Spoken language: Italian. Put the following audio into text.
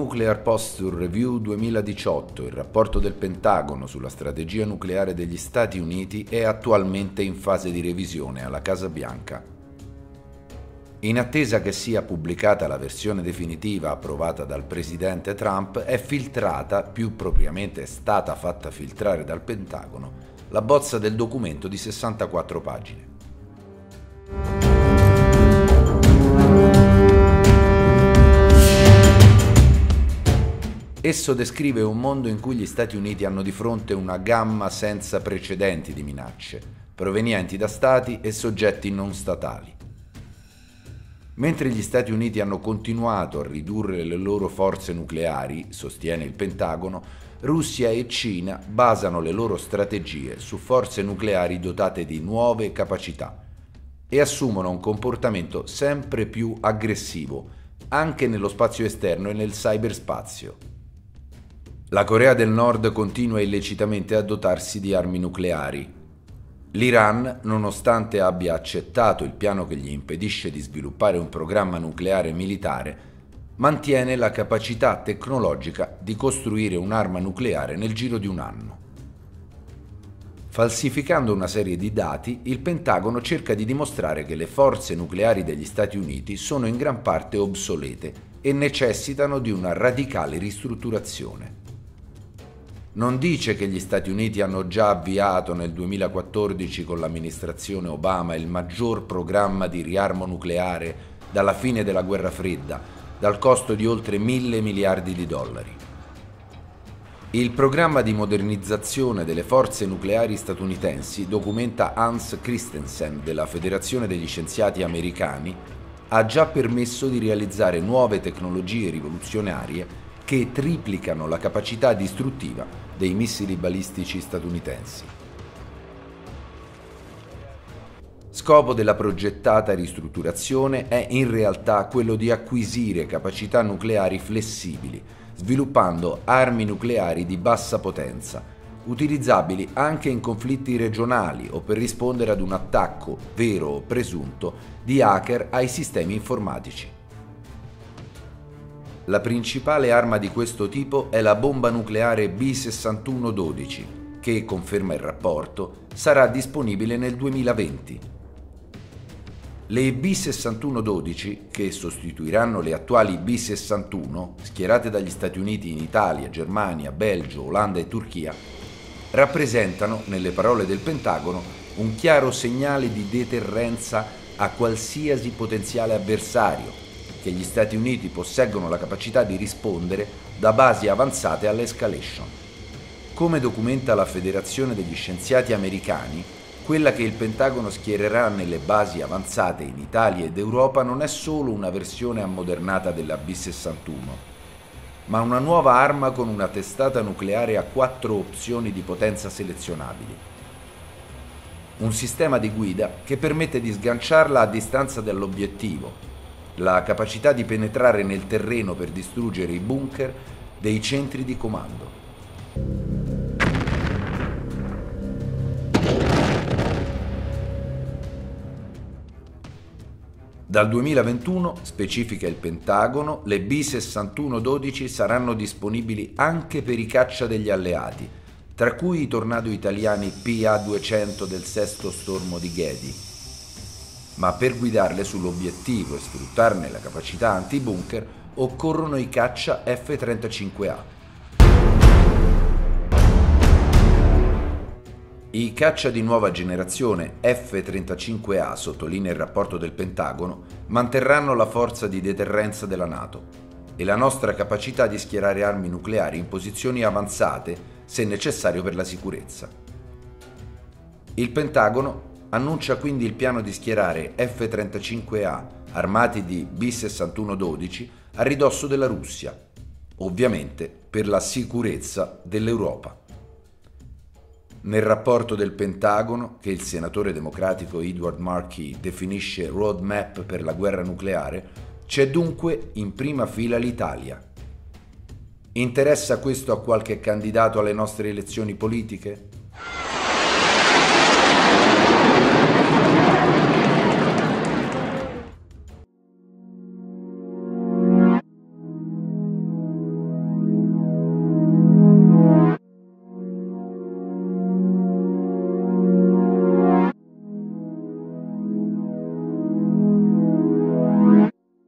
Nuclear Posture Review 2018, il rapporto del Pentagono sulla strategia nucleare degli Stati Uniti, è attualmente in fase di revisione alla Casa Bianca. In attesa che sia pubblicata la versione definitiva approvata dal presidente Trump, è filtrata, più propriamente è stata fatta filtrare dal Pentagono, la bozza del documento di 64 pagine. Esso descrive un mondo in cui gli Stati Uniti hanno di fronte una gamma senza precedenti di minacce, provenienti da stati e soggetti non statali. Mentre gli Stati Uniti hanno continuato a ridurre le loro forze nucleari, sostiene il Pentagono, Russia e Cina basano le loro strategie su forze nucleari dotate di nuove capacità e assumono un comportamento sempre più aggressivo, anche nello spazio esterno e nel cyberspazio. La Corea del Nord continua illecitamente a dotarsi di armi nucleari. L'Iran, nonostante abbia accettato il piano che gli impedisce di sviluppare un programma nucleare militare, mantiene la capacità tecnologica di costruire un'arma nucleare nel giro di un anno. Falsificando una serie di dati, il Pentagono cerca di dimostrare che le forze nucleari degli Stati Uniti sono in gran parte obsolete e necessitano di una radicale ristrutturazione. Non dice che gli Stati Uniti hanno già avviato nel 2014 con l'amministrazione Obama il maggior programma di riarmo nucleare dalla fine della Guerra Fredda, dal costo di oltre 1.000 miliardi di dollari. Il programma di modernizzazione delle forze nucleari statunitensi, documenta Hans Christensen della Federazione degli Scienziati Americani, ha già permesso di realizzare nuove tecnologie rivoluzionarie che triplicano la capacità distruttiva dei missili balistici statunitensi. Scopo della progettata ristrutturazione è in realtà quello di acquisire capacità nucleari flessibili, sviluppando armi nucleari di bassa potenza, utilizzabili anche in conflitti regionali o per rispondere ad un attacco, vero o presunto, di hacker ai sistemi informatici. La principale arma di questo tipo è la bomba nucleare B-6112, che, conferma il rapporto, sarà disponibile nel 2020. Le B-6112, che sostituiranno le attuali B-61, schierate dagli Stati Uniti in Italia, Germania, Belgio, Olanda e Turchia, rappresentano, nelle parole del Pentagono, un chiaro segnale di deterrenza a qualsiasi potenziale avversario, che gli Stati Uniti posseggono la capacità di rispondere da basi avanzate all'escalation. Come documenta la Federazione degli Scienziati Americani, quella che il Pentagono schiererà nelle basi avanzate in Italia ed Europa non è solo una versione ammodernata della B-61, ma una nuova arma con una testata nucleare a 4 opzioni di potenza selezionabili. Un sistema di guida che permette di sganciarla a distanza dall'obiettivo, la capacità di penetrare nel terreno per distruggere i bunker dei centri di comando. Dal 2021, specifica il Pentagono, le B-6112 saranno disponibili anche per i caccia degli alleati, tra cui i Tornado italiani PA-200 del sesto stormo di Ghedi. Ma per guidarle sull'obiettivo e sfruttarne la capacità anti-bunker occorrono i caccia F-35A. I caccia di nuova generazione F-35A, sottolinea il rapporto del Pentagono, manterranno la forza di deterrenza della NATO e la nostra capacità di schierare armi nucleari in posizioni avanzate se necessario per la sicurezza. Il Pentagono annuncia quindi il piano di schierare F-35A armati di B-6112 a ridosso della Russia, ovviamente per la sicurezza dell'Europa. Nel rapporto del Pentagono, che il senatore democratico Edward Markey definisce roadmap per la guerra nucleare, c'è dunque in prima fila l'Italia. Interessa questo a qualche candidato alle nostre elezioni politiche?